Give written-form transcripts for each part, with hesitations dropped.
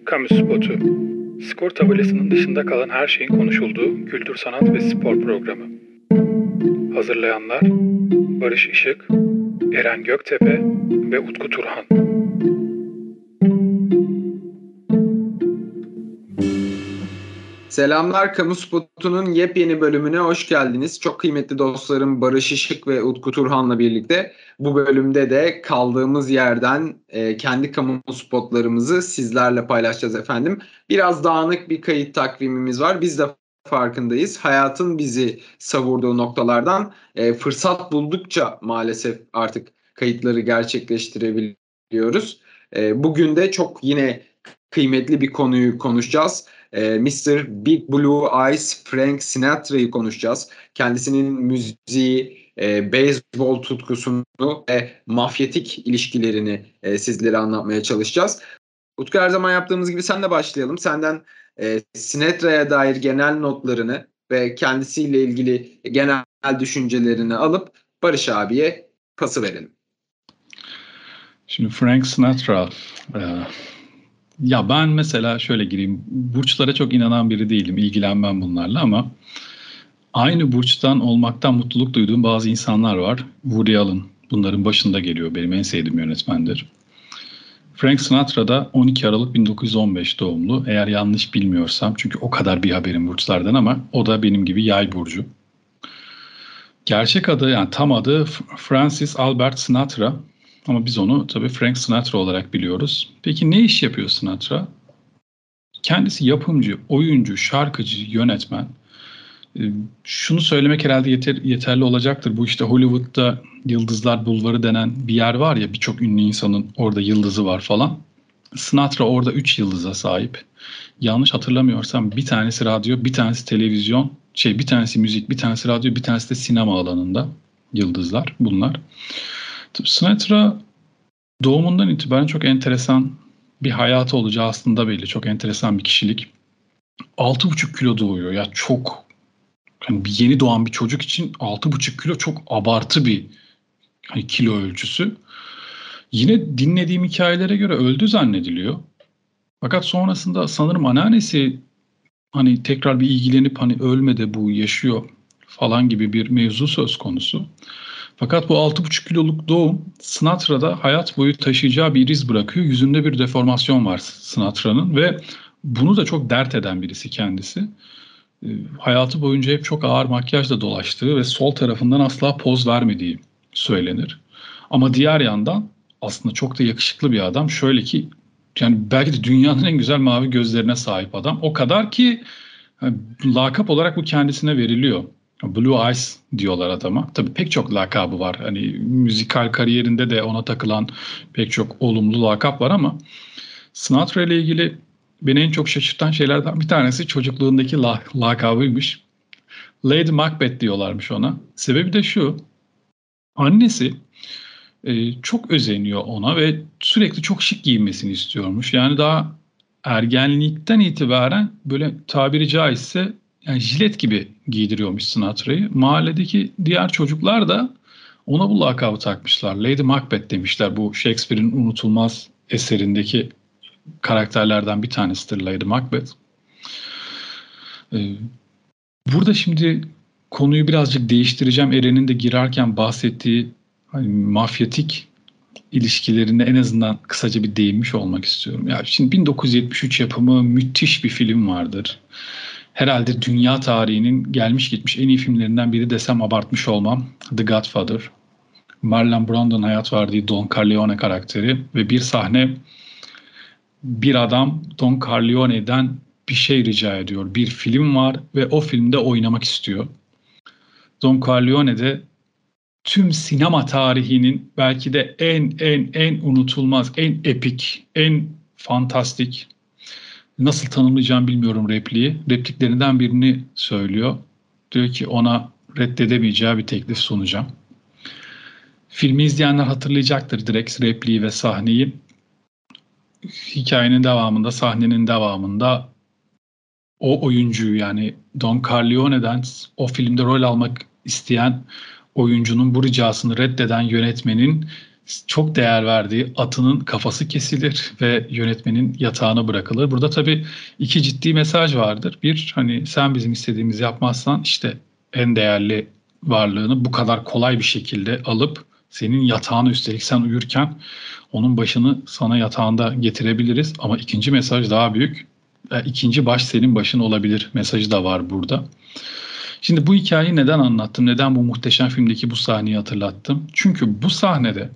Kamu spotu. Skor tabelasının dışında kalan her şeyin konuşulduğu kültür, sanat ve spor programı. Hazırlayanlar Barış Işık, Eren Göktepe ve Utku Turhan. Selamlar, Kamu Spotu'nun yepyeni bölümüne hoş geldiniz. Çok kıymetli dostlarım Barış Işık ve Utku Turhan'la birlikte bu bölümde de kaldığımız yerden kendi kamu spotlarımızı sizlerle paylaşacağız efendim. Biraz dağınık bir kayıt takvimimiz var. Biz de farkındayız. Hayatın bizi savurduğu noktalardan fırsat buldukça maalesef artık kayıtları gerçekleştirebiliyoruz. Bugün de çok yine kıymetli bir konuyu konuşacağız. Mr. Big Blue Eyes Frank Sinatra'yı konuşacağız. Kendisinin müziği, beyzbol tutkusunu ve mafyatik ilişkilerini sizlere anlatmaya çalışacağız. Utku, her zaman yaptığımız gibi senle başlayalım. Senden Sinatra'ya dair genel notlarını ve kendisiyle ilgili genel düşüncelerini alıp Barış abiye pası verelim. Şimdi Frank Sinatra... Ya ben mesela şöyle gireyim. Burçlara çok inanan biri değilim. İlgilenmem bunlarla ama aynı burçtan olmaktan mutluluk duyduğum bazı insanlar var. Woody Allen bunların başında geliyor. Benim en sevdiğim yönetmendir. Frank Sinatra da 12 Aralık 1915 doğumlu. Eğer yanlış bilmiyorsam, çünkü o kadar bir haberim burçlardan, ama o da benim gibi Yay burcu. Gerçek adı, yani tam adı Francis Albert Sinatra. Ama biz onu tabii Frank Sinatra olarak biliyoruz. Peki ne iş yapıyor Sinatra? Kendisi yapımcı, oyuncu, şarkıcı, yönetmen. Şunu söylemek herhalde yeterli olacaktır. Bu işte Hollywood'da Yıldızlar Bulvarı denen bir yer var ya, birçok ünlü insanın orada yıldızı var falan. Sinatra orada 3 yıldıza sahip. Yanlış hatırlamıyorsam bir tanesi radyo, bir tanesi televizyon, bir tanesi müzik, bir tanesi radyo, bir tanesi de sinema alanında yıldızlar bunlar. Sinatra doğumundan itibaren çok enteresan bir hayatı olacağı aslında belli. Çok enteresan bir kişilik. 6,5 kilo doğuyor. Ya çok, yani bir yeni doğan bir çocuk için 6,5 kilo çok abartı bir kilo ölçüsü. Yine dinlediğim hikayelere göre öldü zannediliyor. Fakat sonrasında sanırım anneannesi tekrar bir ilgilenip ölmedi, bu yaşıyor falan gibi bir mevzu söz konusu. Fakat bu 6,5 kiloluk doğum Sinatra'da hayat boyu taşıyacağı bir iz bırakıyor. Yüzünde bir deformasyon var Sinatra'nın ve bunu da çok dert eden birisi kendisi. Hayatı boyunca hep çok ağır makyajla dolaştığı ve sol tarafından asla poz vermediği söylenir. Ama diğer yandan aslında çok da yakışıklı bir adam. Şöyle ki, yani belki de dünyanın en güzel mavi gözlerine sahip adam. O kadar ki lakap olarak bu kendisine veriliyor. Blue Eyes diyorlar adama. Tabii pek çok lakabı var. Müzikal kariyerinde de ona takılan pek çok olumlu lakap var ama Sinatra ile ilgili beni en çok şaşırtan şeylerden bir tanesi çocukluğundaki lakabıymış. Lady Macbeth diyorlarmış ona. Sebebi de şu: annesi çok özeniyor ona ve sürekli çok şık giyinmesini istiyormuş. Yani daha ergenlikten itibaren böyle tabiri caizse jilet gibi giydiriyormuş Sinatra'yı. Mahalledeki diğer çocuklar da ona bu lakabı takmışlar. Lady Macbeth demişler. Bu Shakespeare'in unutulmaz eserindeki karakterlerden bir tanesidir Lady Macbeth. Burada şimdi konuyu birazcık değiştireceğim. Eren'in de girerken bahsettiği mafyatik ilişkilerine en azından kısaca bir değinmiş olmak istiyorum. Ya şimdi 1973 yapımı müthiş bir film vardır. Herhalde dünya tarihinin gelmiş gitmiş en iyi filmlerinden biri desem abartmış olmam. The Godfather. Marlon Brando'nun hayat verdiği Don Corleone karakteri ve bir sahne, bir adam Don Corleone'den bir şey rica ediyor. Bir film var ve o filmde oynamak istiyor. Don Corleone de tüm sinema tarihinin belki de en unutulmaz, en epik, en fantastik, nasıl tanımlayacağım bilmiyorum repliklerinden birini söylüyor. Diyor ki ona reddedemeyeceği bir teklif sunacağım. Filmi izleyenler hatırlayacaktır direkt repliği ve sahneyi. Hikayenin devamında, sahnenin devamında o oyuncuyu, yani Don Corleone'den o filmde rol almak isteyen oyuncunun bu ricasını reddeden yönetmenin çok değer verdiği atının kafası kesilir ve yönetmenin yatağına bırakılır. Burada tabii iki ciddi mesaj vardır. Bir, hani sen bizim istediğimizi yapmazsan işte en değerli varlığını bu kadar kolay bir şekilde alıp senin yatağına, üstelik sen uyurken onun başını sana yatağında getirebiliriz. Ama ikinci mesaj daha büyük. İkinci baş senin başın olabilir mesajı da var burada. Şimdi bu hikayeyi neden anlattım? Neden bu muhteşem filmdeki bu sahneyi hatırlattım? Çünkü bu sahnede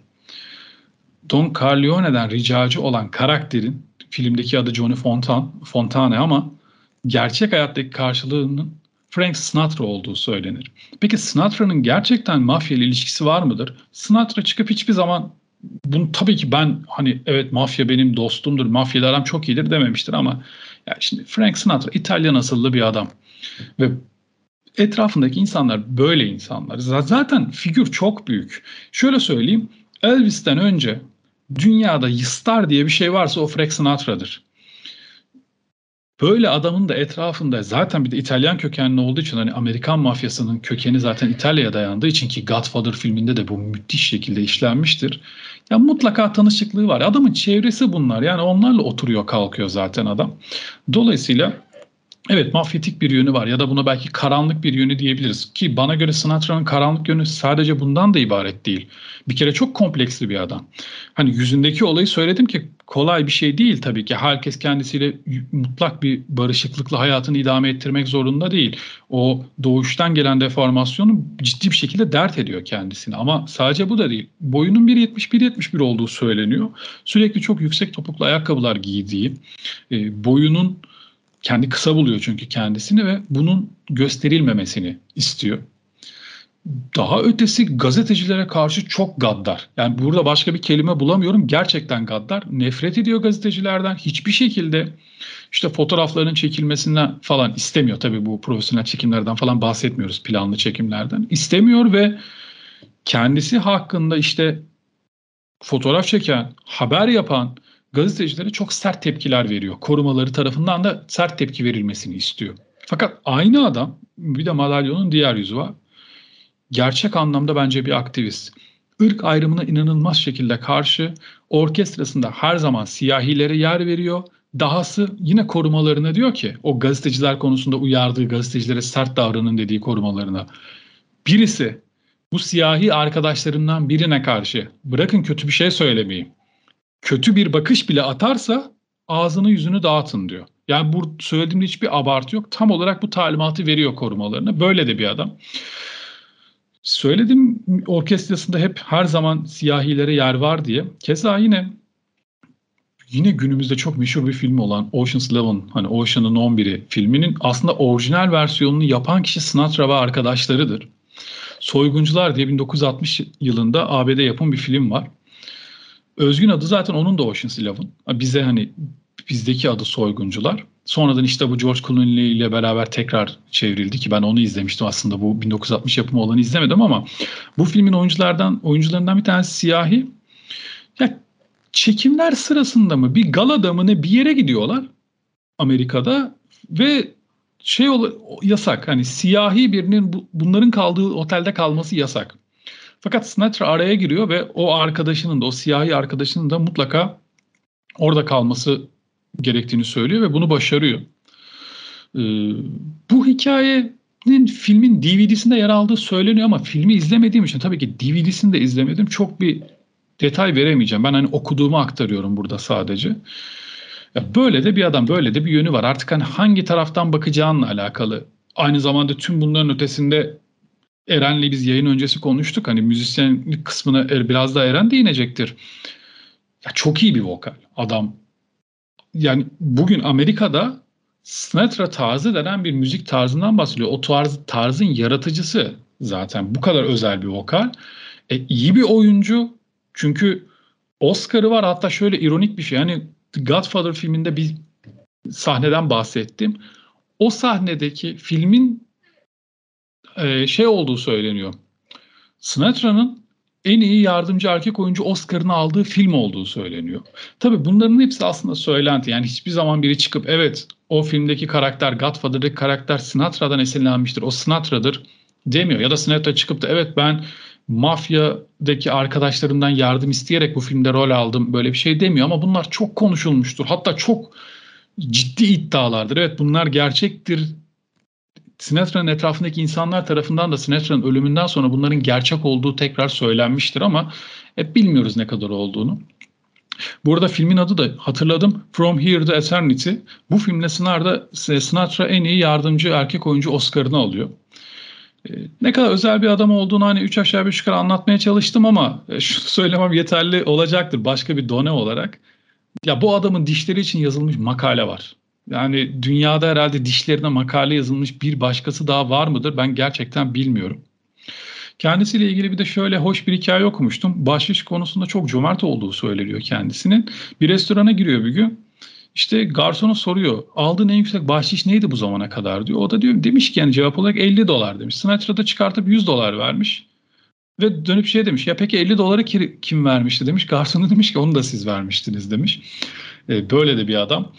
Don Corleone'den ricacı olan karakterin, filmdeki adı Johnny Fontane ama gerçek hayattaki karşılığının Frank Sinatra olduğu söylenir. Peki Sinatra'nın gerçekten mafya ile ilişkisi var mıdır? Sinatra çıkıp hiçbir zaman bunu, tabii ki ben hani evet mafya benim dostumdur, mafyayla aram çok iyidir dememiştir ama yani şimdi Frank Sinatra İtalyan asıllı bir adam ve etrafındaki insanlar böyle insanlar. Zaten figür çok büyük. Şöyle söyleyeyim, Elvis'ten önce dünyada star diye bir şey varsa o Frank Sinatra'dır. Böyle adamın da etrafında zaten bir de İtalyan kökenli olduğu için, hani Amerikan mafyasının kökeni zaten İtalya'ya dayandığı için, ki Godfather filminde de bu müthiş şekilde işlenmiştir. Ya mutlaka tanışıklığı var. Adamın çevresi bunlar. Yani onlarla oturuyor kalkıyor zaten adam. Dolayısıyla evet, mafyatik bir yönü var ya da buna belki karanlık bir yönü diyebiliriz. Ki bana göre Sinatra'nın karanlık yönü sadece bundan da ibaret değil. Bir kere çok kompleksli bir adam. Hani yüzündeki olayı söyledim ki kolay bir şey değil tabii ki. Herkes kendisiyle mutlak bir barışıklıkla hayatını idame ettirmek zorunda değil. O doğuştan gelen deformasyonu ciddi bir şekilde dert ediyor kendisini. Ama sadece bu da değil. Boyunun 1.70-1.71 olduğu söyleniyor. Sürekli çok yüksek topuklu ayakkabılar giydiği, boyunun kendi kısa buluyor çünkü kendisini ve bunun gösterilmemesini istiyor. Daha ötesi gazetecilere karşı çok gaddar. Yani burada başka bir kelime bulamıyorum. Gerçekten gaddar. Nefret ediyor gazetecilerden. Hiçbir şekilde işte fotoğrafların çekilmesinden falan istemiyor. Tabii bu profesyonel çekimlerden falan bahsetmiyoruz, planlı çekimlerden. İstemiyor ve kendisi hakkında işte fotoğraf çeken, haber yapan gazetecilere çok sert tepkiler veriyor. Korumaları tarafından da sert tepki verilmesini istiyor. Fakat aynı adam, bir de madalyonun diğer yüzü var. Gerçek anlamda bence bir aktivist. Irk ayrımına inanılmaz şekilde karşı, orkestrasında her zaman siyahilere yer veriyor. Dahası yine korumalarına diyor ki, o gazeteciler konusunda uyardığı gazetecilere sert davranın dediği korumalarına. Birisi bu siyahi arkadaşlarından birine karşı bırakın kötü bir şey söylemeyi, kötü bir bakış bile atarsa ağzını yüzünü dağıtın diyor. Yani bu söylediğimde hiçbir abartı yok. Tam olarak bu talimatı veriyor korumalarına. Böyle de bir adam. Söyledim, orkestrasında hep her zaman siyahilere yer var diye. Keza yine günümüzde çok meşhur bir film olan Ocean's 11, hani Ocean'ın 11'i filminin aslında orijinal versiyonunu yapan kişi Sinatra ve arkadaşlarıdır. Soyguncular diye 1960 yılında ABD yapım bir film var. Özgün adı zaten onun da Ocean's 11. Bize hani bizdeki adı Soyguncular. Sonradan işte bu George Clooney ile beraber tekrar çevrildi ki ben onu izlemiştim aslında, bu 1960 yapımı olanı izlemedim ama bu filmin oyuncularından bir tanesi siyahi. Ya çekimler sırasında mı bir galada mı ne bir yere gidiyorlar Amerika'da ve yasak, hani siyahi birinin bunların kaldığı otelde kalması yasak. Fakat Sinatra araya giriyor ve o siyahi arkadaşının da mutlaka orada kalması gerektiğini söylüyor ve bunu başarıyor. Bu hikayenin filmin DVD'sinde yer aldığı söyleniyor ama filmi izlemediğim için tabii ki DVD'sini de izlemedim. Çok bir detay veremeyeceğim. Ben hani okuduğumu aktarıyorum burada sadece. Ya böyle de bir adam, böyle de bir yönü var. Artık hani hangi taraftan bakacağınla alakalı. Aynı zamanda tüm bunların ötesinde Eren'le biz yayın öncesi konuştuk. Hani müzisyenlik kısmına biraz da Eren değinecektir. Ya çok iyi bir vokal adam. Yani bugün Amerika'da Sinatra tarzı denen bir müzik tarzından bahsediyor. O tarzın yaratıcısı zaten bu kadar özel bir vokal. İyi bir oyuncu. Çünkü Oscar'ı var. Hatta şöyle ironik bir şey. Yani Godfather filminde bir sahneden bahsettim. O sahnedeki filmin olduğu söyleniyor. Sinatra'nın en iyi yardımcı erkek oyuncu Oscar'ını aldığı film olduğu söyleniyor. Tabii bunların hepsi aslında söylenti. Yani hiçbir zaman biri çıkıp evet o filmdeki karakter, Godfather'daki karakter Sinatra'dan esinlenmiştir, o Sinatra'dır demiyor. Ya da Sinatra çıkıp da evet ben mafyadaki arkadaşlarımdan yardım isteyerek bu filmde rol aldım böyle bir şey demiyor ama bunlar çok konuşulmuştur. Hatta çok ciddi iddialardır. Evet, bunlar gerçektir. Sinatra'nın etrafındaki insanlar tarafından da Sinatra'nın ölümünden sonra bunların gerçek olduğu tekrar söylenmiştir ama hep bilmiyoruz ne kadar olduğunu. Bu arada filmin adı da hatırladım, From Here to Eternity. Bu filmle Sinatra en iyi yardımcı erkek oyuncu Oscar'ını alıyor. Ne kadar özel bir adam olduğunu hani 3 aşağı 5 yukarı anlatmaya çalıştım ama şunu söylemem yeterli olacaktır başka bir done olarak. Ya bu adamın dişleri için yazılmış makale var. Yani dünyada herhalde dişlerine makale yazılmış bir başkası daha var mıdır? Ben gerçekten bilmiyorum. Kendisiyle ilgili bir de şöyle hoş bir hikaye okumuştum. Bahşiş konusunda çok cömert olduğu söyleniyor kendisinin. Bir restorana giriyor bir gün. İşte garsona soruyor. Aldığın en yüksek bahşiş neydi bu zamana kadar diyor. O da demiş ki yani cevap olarak $50 demiş. Sinatra da çıkartıp $100 vermiş. Ve dönüp şey demiş, ya peki $50 kim vermişti demiş. Garsonu demiş ki onu da siz vermiştiniz demiş. Böyle de bir adam.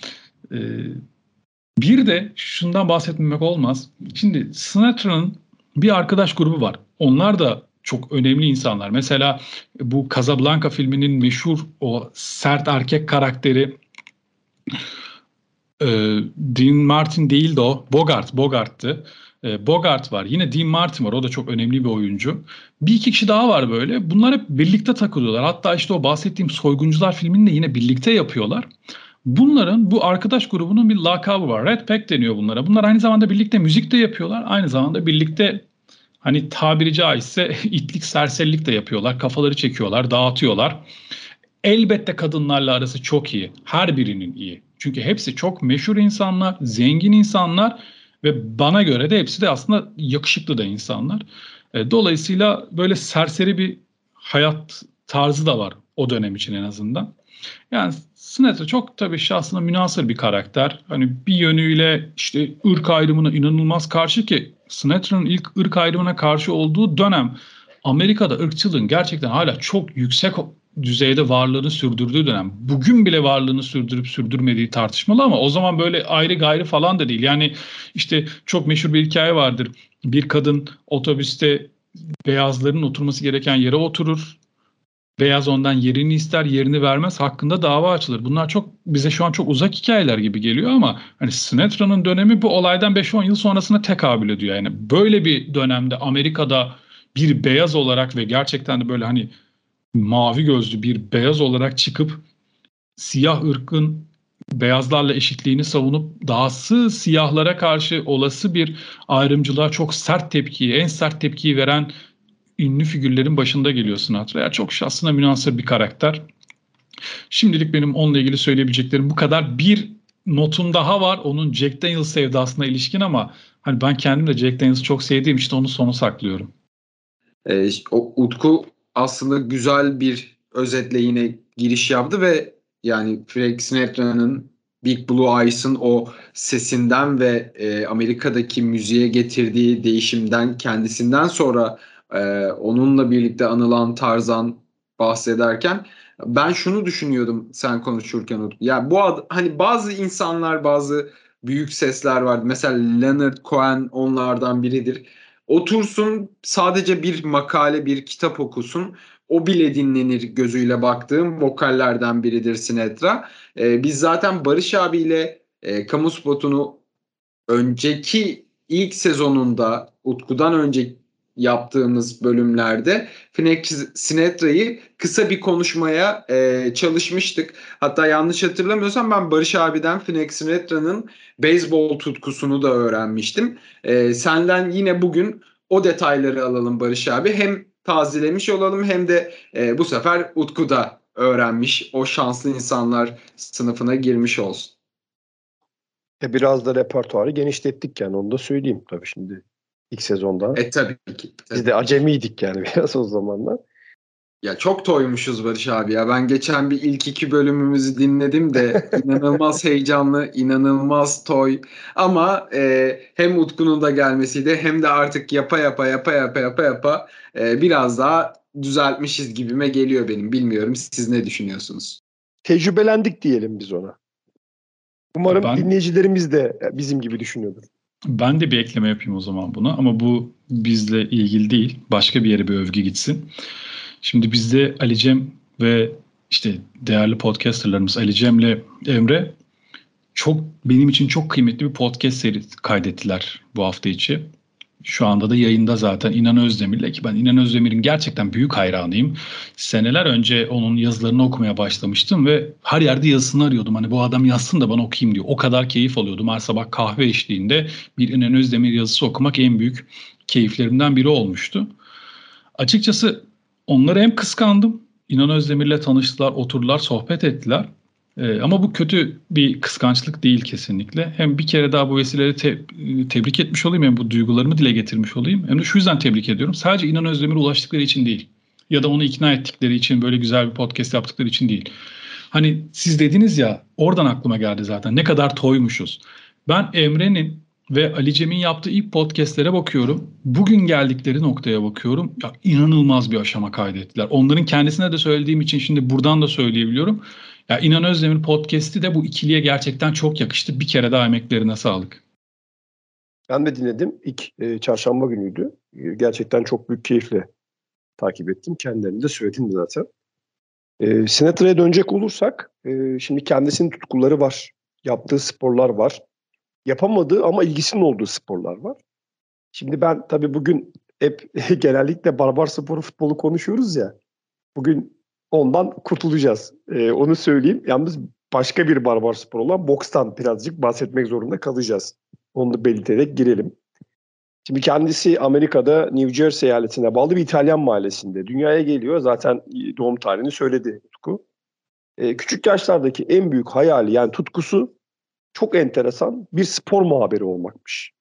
Bir de şundan bahsetmemek olmaz. Şimdi Sinatra'nın bir arkadaş grubu var. Onlar da çok önemli insanlar. Mesela bu Casablanca filminin meşhur o sert erkek karakteri Dean Martin değildi o. Bogart'tı. Bogart var. Yine Dean Martin var. O da çok önemli bir oyuncu. Bir iki kişi daha var böyle. Bunlar hep birlikte takılıyorlar. Hatta işte o bahsettiğim Soyguncular filmini de yine birlikte yapıyorlar. Bunların bu arkadaş grubunun bir lakabı var. Red Pack deniyor bunlara. Bunlar aynı zamanda birlikte müzik de yapıyorlar. Aynı zamanda birlikte hani tabiri caizse itlik serserilik de yapıyorlar. Kafaları çekiyorlar, dağıtıyorlar. Elbette kadınlarla arası çok iyi. Her birinin iyi. Çünkü hepsi çok meşhur insanlar, zengin insanlar ve bana göre de hepsi de aslında yakışıklı da insanlar. Dolayısıyla böyle serseri bir hayat tarzı da var o dönem için en azından. Yani Sinatra çok tabii şahsına münhasır bir karakter. Hani bir yönüyle işte ırk ayrımına inanılmaz karşı ki Sinatra'nın ilk ırk ayrımına karşı olduğu dönem Amerika'da ırkçılığın gerçekten hala çok yüksek düzeyde varlığını sürdürdüğü dönem. Bugün bile varlığını sürdürüp sürdürmediği tartışmalı ama o zaman böyle ayrı gayrı falan da değil. Yani işte çok meşhur bir hikaye vardır. Bir kadın otobüste beyazların oturması gereken yere oturur. Beyaz ondan yerini ister, yerini vermez, hakkında dava açılır. Bunlar çok bize şu an çok uzak hikayeler gibi geliyor ama hani Sinatra'nın dönemi bu olaydan 5-10 yıl sonrasına tekabül ediyor. Yani böyle bir dönemde Amerika'da bir beyaz olarak ve gerçekten de böyle hani mavi gözlü bir beyaz olarak çıkıp siyah ırkın beyazlarla eşitliğini savunup dahası siyahlara karşı olası bir ayrımcılığa çok sert tepkiyi, en sert tepkiyi veren ünlü figürlerin başında geliyor Sinatra. Yani çok şahsına münhasır bir karakter. Şimdilik benim onunla ilgili söyleyebileceklerim bu kadar. Bir notum daha var onun Jack Daniels sevdasına ilişkin ama hani ben kendim de Jack Daniels'ı çok sevdiğim için onu sona saklıyorum. Utku aslında güzel bir özetle yine giriş yaptı ve yani Frank Sinatra'nın Big Blue Eyes'ın o sesinden ve Amerika'daki müziğe getirdiği değişimden kendisinden sonra onunla birlikte anılan Tarzan bahsederken ben şunu düşünüyordum sen konuşurken Utku. Ya hani bazı insanlar bazı büyük sesler var. Mesela Leonard Cohen onlardan biridir. Otursun sadece bir makale, bir kitap okusun. O bile dinlenir gözüyle baktığım vokallerden biridir Sinatra. Biz zaten Barış abiyle kamu spotunu önceki ilk sezonunda Utku'dan önce yaptığımız bölümlerde Frank Sinatra'yı kısa bir konuşmaya çalışmıştık. Hatta yanlış hatırlamıyorsam ben Barış abiden Frank Sinatra'nın beyzbol tutkusunu da öğrenmiştim. Senden yine bugün o detayları alalım Barış abi. Hem tazelemiş olalım hem de bu sefer Utku da öğrenmiş. O şanslı insanlar sınıfına girmiş olsun. Biraz da repertuarı genişlettik yani onu da söyleyeyim tabii şimdi ilk sezonda. Tabii ki. Biz de acemiydik yani biraz o zamanlar. Ya çok toymuşuz Barış abi ya. Ben geçen bir ilk 2 bölümümüzü dinledim de inanılmaz heyecanlı, inanılmaz toy. Ama hem Utku'nun da gelmesiyle hem de artık yapa biraz daha düzeltmişiz gibime geliyor benim. Bilmiyorum siz ne düşünüyorsunuz? Tecrübelendik diyelim biz ona. Umarım dinleyicilerimiz de bizim gibi düşünüyordur. Ben de bir ekleme yapayım o zaman buna ama bu bizle ilgili değil. Başka bir yere bir övgü gitsin. Şimdi bizde Ali Cem ve işte değerli podcasterlarımız Ali Cem'le Emre benim için çok kıymetli bir podcast serisi kaydettiler bu hafta içi. Şu anda da yayında zaten İnan Özdemir'le, ki ben İnan Özdemir'in gerçekten büyük hayranıyım. Seneler önce onun yazılarını okumaya başlamıştım ve her yerde yazısını arıyordum. Hani bu adam yazsın da bana okuyayım diyor. O kadar keyif alıyordum. Her sabah kahve eşliğinde bir İnan Özdemir yazısı okumak en büyük keyiflerimden biri olmuştu. Açıkçası onları hem kıskandım. İnan Özdemir'le tanıştılar, oturdular, sohbet ettiler. Ama bu kötü bir kıskançlık değil kesinlikle. Hem bir kere daha bu vesileyle tebrik etmiş olayım, hem bu duygularımı dile getirmiş olayım. Hem de şu yüzden tebrik ediyorum. Sadece İnan Özdemir'e ulaştıkları için değil. Ya da onu ikna ettikleri için, böyle güzel bir podcast yaptıkları için değil. Hani siz dediniz ya, oradan aklıma geldi zaten. Ne kadar toymuşuz. Ben Emre'nin ve Ali Cem'in yaptığı ilk podcastlere bakıyorum. Bugün geldikleri noktaya bakıyorum. Ya, inanılmaz bir aşama kaydettiler. Onların kendisine de söylediğim için şimdi buradan da söyleyebiliyorum. Ya, İnan Özdemir podcast'i de bu ikiliye gerçekten çok yakıştı. Bir kere daha emeklerine sağlık. Ben de dinledim. İlk çarşamba günüydü. Gerçekten çok büyük keyifle takip ettim. Kendilerini de söyledim zaten. Sinatra'ya dönecek olursak, şimdi kendisinin tutkuları var. Yaptığı sporlar var. Yapamadığı ama ilgisinin olduğu sporlar var. Şimdi ben tabii bugün hep genellikle barbar sporu, futbolu konuşuyoruz ya. Bugün ondan kurtulacağız. Onu söyleyeyim. Yalnız başka bir barbar spor olan bokstan birazcık bahsetmek zorunda kalacağız. Onu da belirterek girelim. Şimdi kendisi Amerika'da New Jersey eyaletine bağlı bir İtalyan mahallesinde dünyaya geliyor. Zaten doğum tarihini söyledi Utku. Küçük yaşlardaki en büyük hayali, yani tutkusu, çok enteresan, bir spor muhabiri olmakmış.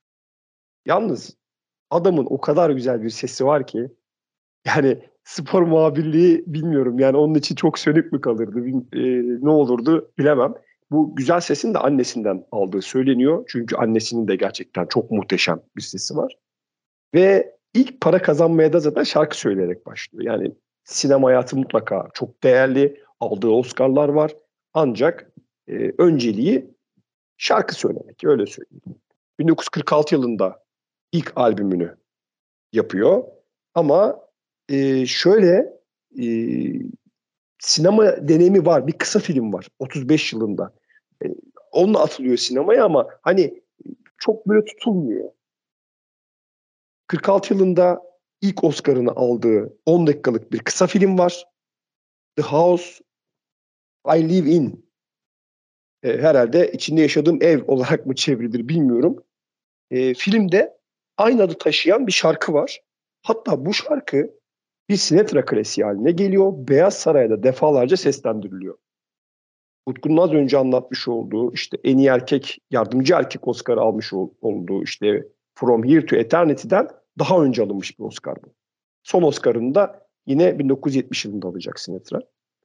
Yalnız adamın o kadar güzel bir sesi var ki, yani spor muhabirliği bilmiyorum, yani onun için çok sönük mü kalırdı, ne olurdu bilemem. Bu güzel sesin de annesinden aldığı söyleniyor. Çünkü annesinin de gerçekten çok muhteşem bir sesi var. Ve ilk para kazanmaya da zaten şarkı söyleyerek başlıyor. Yani sinema hayatı mutlaka çok değerli. Aldığı Oscar'lar var. Ancak önceliği şarkı söylemek, öyle söyleyeyim. 1946 yılında ilk albümünü yapıyor. Ama şöyle sinema deneyimi var. Bir kısa film var 35 yılında. Onunla atılıyor sinemaya ama hani çok böyle tutulmuyor. 46 yılında ilk Oscar'ını aldığı 10 dakikalık bir kısa film var. The House I Live In. Herhalde içinde yaşadığım ev olarak mı çevrilir bilmiyorum. Filmde aynı adı taşıyan bir şarkı var. Hatta bu şarkı bir Sinatra klasiği haline geliyor. Beyaz Saray'da defalarca seslendiriliyor. Utku'nun az önce anlatmış olduğu işte en iyi yardımcı erkek Oscar'ı almış olduğu işte From Here to Eternity'den daha önce alınmış bir Oscar bu. Son Oscar'ını da yine 1970 yılında alacak Sinatra.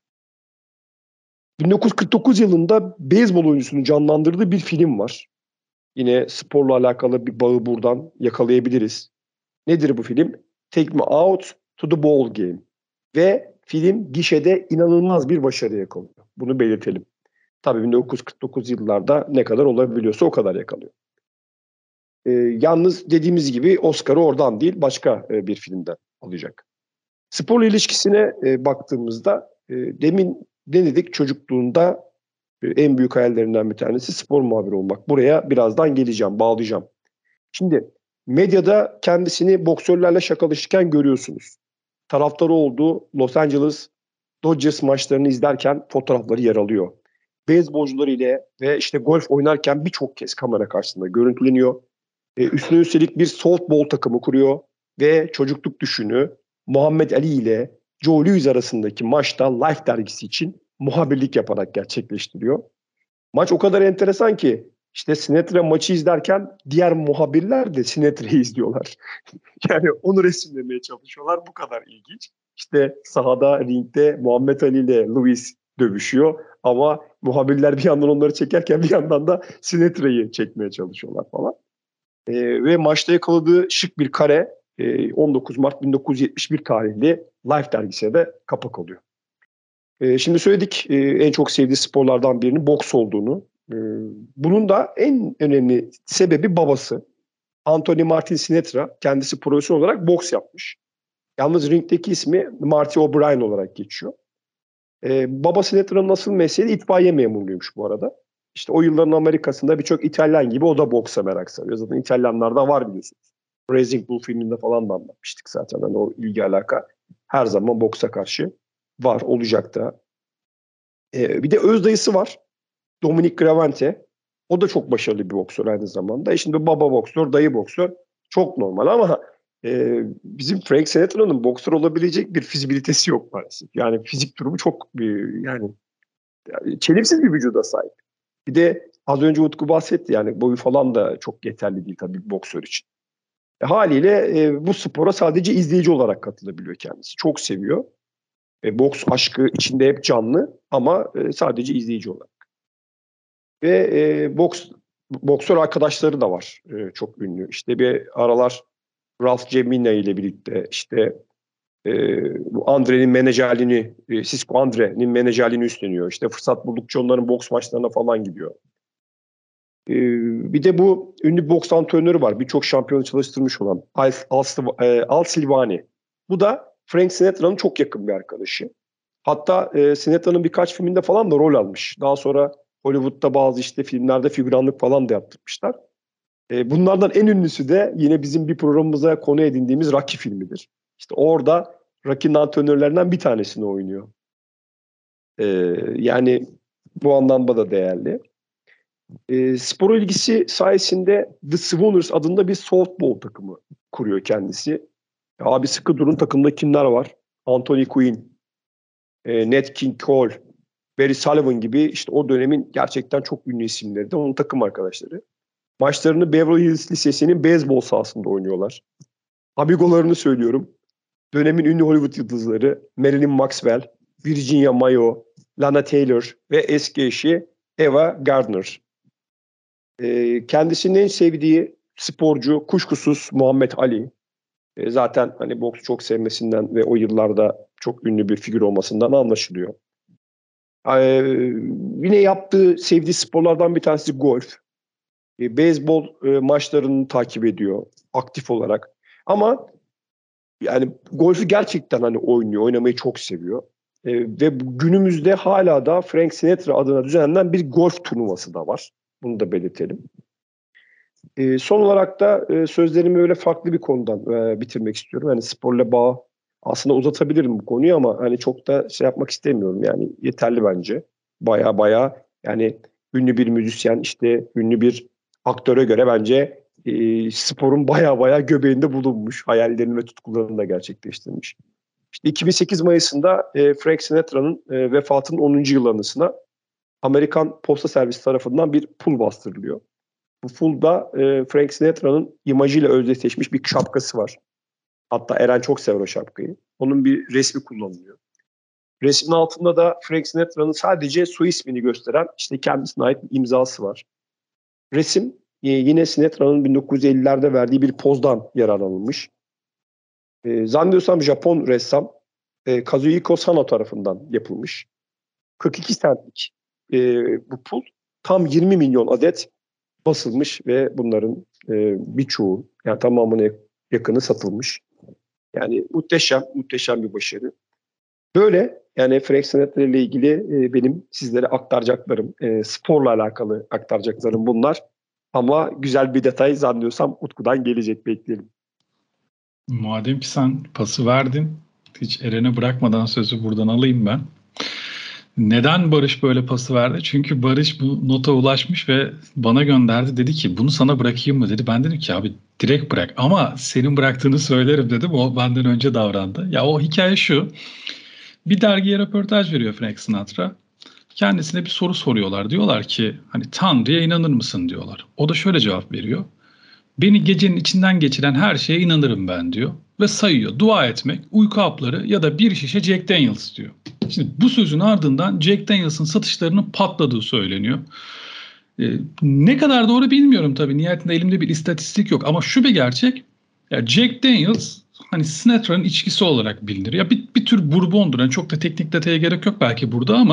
1949 yılında beyzbol oyuncusunu canlandırdığı bir film var. Yine sporla alakalı bir bağı buradan yakalayabiliriz. Nedir bu film? Take Me Out to the Ball Game. Ve film gişede inanılmaz bir başarı yakalıyor. Bunu belirtelim. Tabii 1949 yıllarda ne kadar olabiliyorsa o kadar yakalıyor. Yalnız dediğimiz gibi Oscar'ı oradan değil başka bir filmden alacak. Sporla ilişkisine baktığımızda demin ne dedik, çocukluğunda en büyük hayallerinden bir tanesi spor muhabiri olmak. Buraya birazdan geleceğim, bağlayacağım. Şimdi medyada kendisini boksörlerle şakalaşırken görüyorsunuz. Taraftarı olduğu Los Angeles Dodgers maçlarını izlerken fotoğrafları yer alıyor. Beyzbolcular ile ve işte golf oynarken birçok kez kamera karşısında görüntüleniyor. Üstüne üstelik bir softball takımı kuruyor ve çocukluk düşünü Muhammed Ali ile Joe Louis arasındaki maçta Life dergisi için muhabirlik yaparak gerçekleştiriyor. Maç o kadar enteresan ki işte Sinatra maçı izlerken diğer muhabirler de Sinatra'yı izliyorlar. Yani onu resimlemeye çalışıyorlar. Bu kadar ilginç. İşte sahada, ringde Muhammed Ali ile Louis dövüşüyor ama muhabirler bir yandan onları çekerken bir yandan da Sinatra'yı çekmeye çalışıyorlar falan. Ve maçta yakaladığı şık bir kare 19 Mart 1971 tarihli Life dergisine de kapak oluyor. Şimdi söyledik en çok sevdiği sporlardan birinin boks olduğunu. Bunun da en önemli sebebi babası. Anthony Martin Sinatra kendisi profesyonel olarak boks yapmış. Yalnız ringdeki ismi Marty O'Brien olarak geçiyor. Baba Sinatra'nın asıl mesleği itfaiye memurluğuymuş bu arada. İşte o yılların Amerika'sında birçok İtalyan gibi o da boksa merak sarıyor. Zaten İtalyanlarda var biliyorsunuz. Racing Bull filminde falan da anlatmıştık zaten. Hani o ilgi alaka her zaman boksa karşı var, olacak da. Bir de öz dayısı var. Dominic Gravante. O da çok başarılı bir boksör aynı zamanda. Şimdi baba boksör, dayı boksör çok normal ama bizim Frank Sinatra'nın boksör olabilecek bir fizibilitesi yok maalesef. Yani fizik durumu çok yani çelimsiz bir vücuda sahip. Bir de az önce Utku bahsetti, yani boyu falan da çok yeterli değil tabii bir boksör için. Haliyle bu spora sadece izleyici olarak katılabiliyor kendisi. Çok seviyor. Boks aşkı içinde hep canlı ama sadece izleyici olarak. Ve boksör arkadaşları da var çok ünlü. İşte bir aralar Ralph Gemina ile birlikte işte bu Andre'nin menajerliğini, Cisco Andre'nin menajerliğini üstleniyor. İşte fırsat buldukça onların boks maçlarına falan gidiyor. Bir de bu ünlü boks antrenörü var. Birçok şampiyonu çalıştırmış olan Al Silvani. Bu da Frank Sinatra'nın çok yakın bir arkadaşı. Hatta Sinatra'nın birkaç filminde falan da rol almış. Daha sonra Hollywood'da bazı işte filmlerde figüranlık falan da yaptırmışlar. Bunlardan en ünlüsü de yine bizim bir programımıza konu edindiğimiz Rocky filmidir. İşte orada Rocky'nin antrenörlerinden bir tanesini oynuyor. Yani bu anlamda da değerli. Spor ilgisi sayesinde The Swooners adında bir softball takımı kuruyor kendisi. Abi sıkı durun, takımda kimler var? Anthony Quinn, Nat King Cole, Barry Sullivan gibi işte o dönemin gerçekten çok ünlü isimleri de onun takım arkadaşları. Maçlarını Beverly Hills Lisesi'nin beyzbol sahasında oynuyorlar. Amigolarını söylüyorum. Dönemin ünlü Hollywood yıldızları Marilyn Maxwell, Virginia Mayo, Lana Taylor ve eski eşi Ava Gardner. Kendisinin en sevdiği sporcu kuşkusuz Muhammed Ali. Zaten hani boks çok sevmesinden ve o yıllarda çok ünlü bir figür olmasından anlaşılıyor. Yine sevdiği sporlardan bir tanesi golf. Beyzbol maçlarını takip ediyor aktif olarak. Ama yani golfü gerçekten hani oynamayı çok seviyor. Ve günümüzde hala da Frank Sinatra adına düzenlenen bir golf turnuvası da var. Bunu da belirtelim. Son olarak da sözlerimi öyle farklı bir konudan bitirmek istiyorum. Yani sporla bağ aslında uzatabilirim bu konuyu ama hani çok da şey yapmak istemiyorum. Yani yeterli bence. Baya yani ünlü bir müzisyen, işte ünlü bir aktöre göre bence sporun baya göbeğinde bulunmuş. Hayallerini ve tutkularını da gerçekleştirmiş. İşte 2008 Mayıs'ında Frank Sinatra'nın vefatının 10. yıl anısına Amerikan Posta Servisi tarafından bir pul bastırılıyor. Bu pulda Frank Sinatra'nın imajıyla özdeşleşmiş bir şapkası var. Hatta Eren çok sever o şapkayı. Onun bir resmi kullanılıyor. Resmin altında da Frank Sinatra'nın sadece soy ismini gösteren işte kendisine ait bir imzası var. Resim yine Sinatra'nın 1950'lerde verdiği bir pozdan yararlanılmış. Zannediyorsam Japon ressam Kazuhiko Sano tarafından yapılmış. 42 centlik bu pul tam 20 milyon adet basılmış ve bunların birçoğu, yani tamamına yakını satılmış. Yani muhteşem bir başarı. Böyle yani Frank Sinatra ile ilgili benim sizlere aktaracaklarım, sporla alakalı aktaracaklarım bunlar. Ama güzel bir detay zannediyorsam Utku'dan gelecek, bekleyelim. Madem ki sen pası verdin, hiç Eren'e bırakmadan sözü buradan alayım ben. Neden Barış böyle pası verdi? Çünkü Barış bu nota ulaşmış ve bana gönderdi. Dedi ki bunu sana bırakayım mı dedi. Ben dedim ki abi direkt bırak ama senin bıraktığını söylerim dedim. O benden önce davrandı. Ya o hikaye şu. Bir dergiye röportaj veriyor Frank Sinatra. Kendisine bir soru soruyorlar. Diyorlar ki hani Tanrı'ya inanır mısın diyorlar. O da şöyle cevap veriyor. Beni gecenin içinden geçiren her şeye inanırım ben diyor. Ve sayıyor. Dua etmek, uyku hapları ya da bir şişe Jack Daniels diyor. Şimdi bu sözün ardından Jack Daniels'ın satışlarının patladığı söyleniyor. Ne kadar doğru bilmiyorum tabii. Nihayetinde elimde bir istatistik yok. Ama şu bir gerçek. Ya Jack Daniels hani Sinatra'nın içkisi olarak bilinir. Ya bir tür bourbondur. Yani çok da teknik detaya gerek yok belki burada ama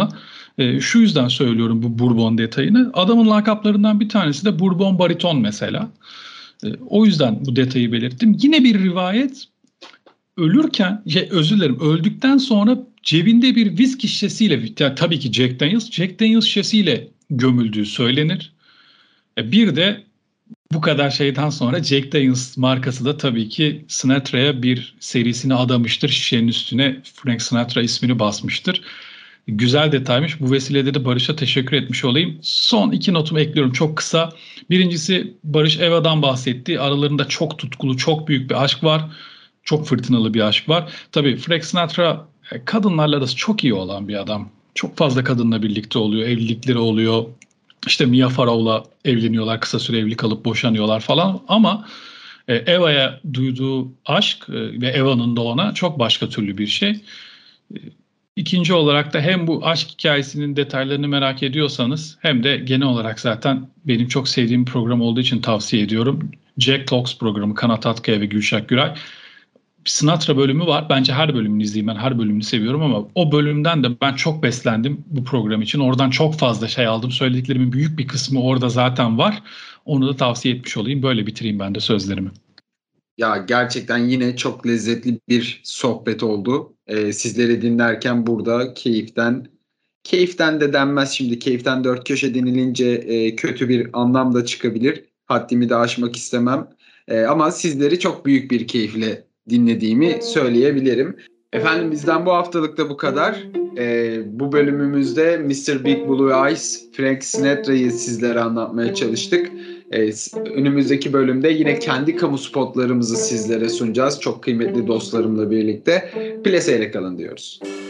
Şu yüzden söylüyorum bu Bourbon detayını. Adamın lakaplarından bir tanesi de Bourbon Bariton mesela. O yüzden bu detayı belirttim. Yine bir rivayet, ölürken, öldükten sonra cebinde bir viski şişesiyle, yani tabii ki Jack Daniels şişesiyle gömüldüğü söylenir. Bir de bu kadar şeyden sonra Jack Daniels markası da tabii ki Sinatra'ya bir serisini adamıştır. Şişenin üstüne Frank Sinatra ismini basmıştır. Güzel detaymış. Bu vesileyle de Barış'a teşekkür etmiş olayım. Son 2 notumu ekliyorum çok kısa. Birincisi, Barış Eva'dan bahsetti. Aralarında çok tutkulu, çok büyük bir aşk var. Çok fırtınalı bir aşk var. Tabii Frank Sinatra kadınlarla arası çok iyi olan bir adam. Çok fazla kadınla birlikte oluyor. Evlilikleri oluyor. İşte Mia Farrow'la evleniyorlar. Kısa süre evli kalıp boşanıyorlar falan. Ama Eva'ya duyduğu aşk ve Eva'nın da ona çok başka türlü bir şey. İkinci olarak da hem bu aşk hikayesinin detaylarını merak ediyorsanız hem de genel olarak zaten benim çok sevdiğim bir program olduğu için tavsiye ediyorum. Jack Talks programı, Kanat Atkaya ve Gülşah Güray. Sinatra bölümü var. Bence her bölümünü izleyeyim. Ben her bölümünü seviyorum ama o bölümden de ben çok beslendim bu program için. Oradan çok fazla şey aldım. Söylediklerimin büyük bir kısmı orada zaten var. Onu da tavsiye etmiş olayım. Böyle bitireyim ben de sözlerimi. Ya gerçekten yine çok lezzetli bir sohbet oldu. Sizleri dinlerken burada keyiften de denmez şimdi. Keyiften dört köşe denilince kötü bir anlam da çıkabilir. Haddimi de aşmak istemem. Ama sizleri çok büyük bir keyifle dinlediğimi söyleyebilirim. Efendim bizden bu haftalık da bu kadar. Bu bölümümüzde Mr. Big Blue Eyes, Frank Sinatra'yı sizlere anlatmaya çalıştık. Önümüzdeki bölümde yine kendi kamu spotlarımızı sizlere sunacağız. Çok kıymetli dostlarımla birlikte. Plaseyle kalın diyoruz.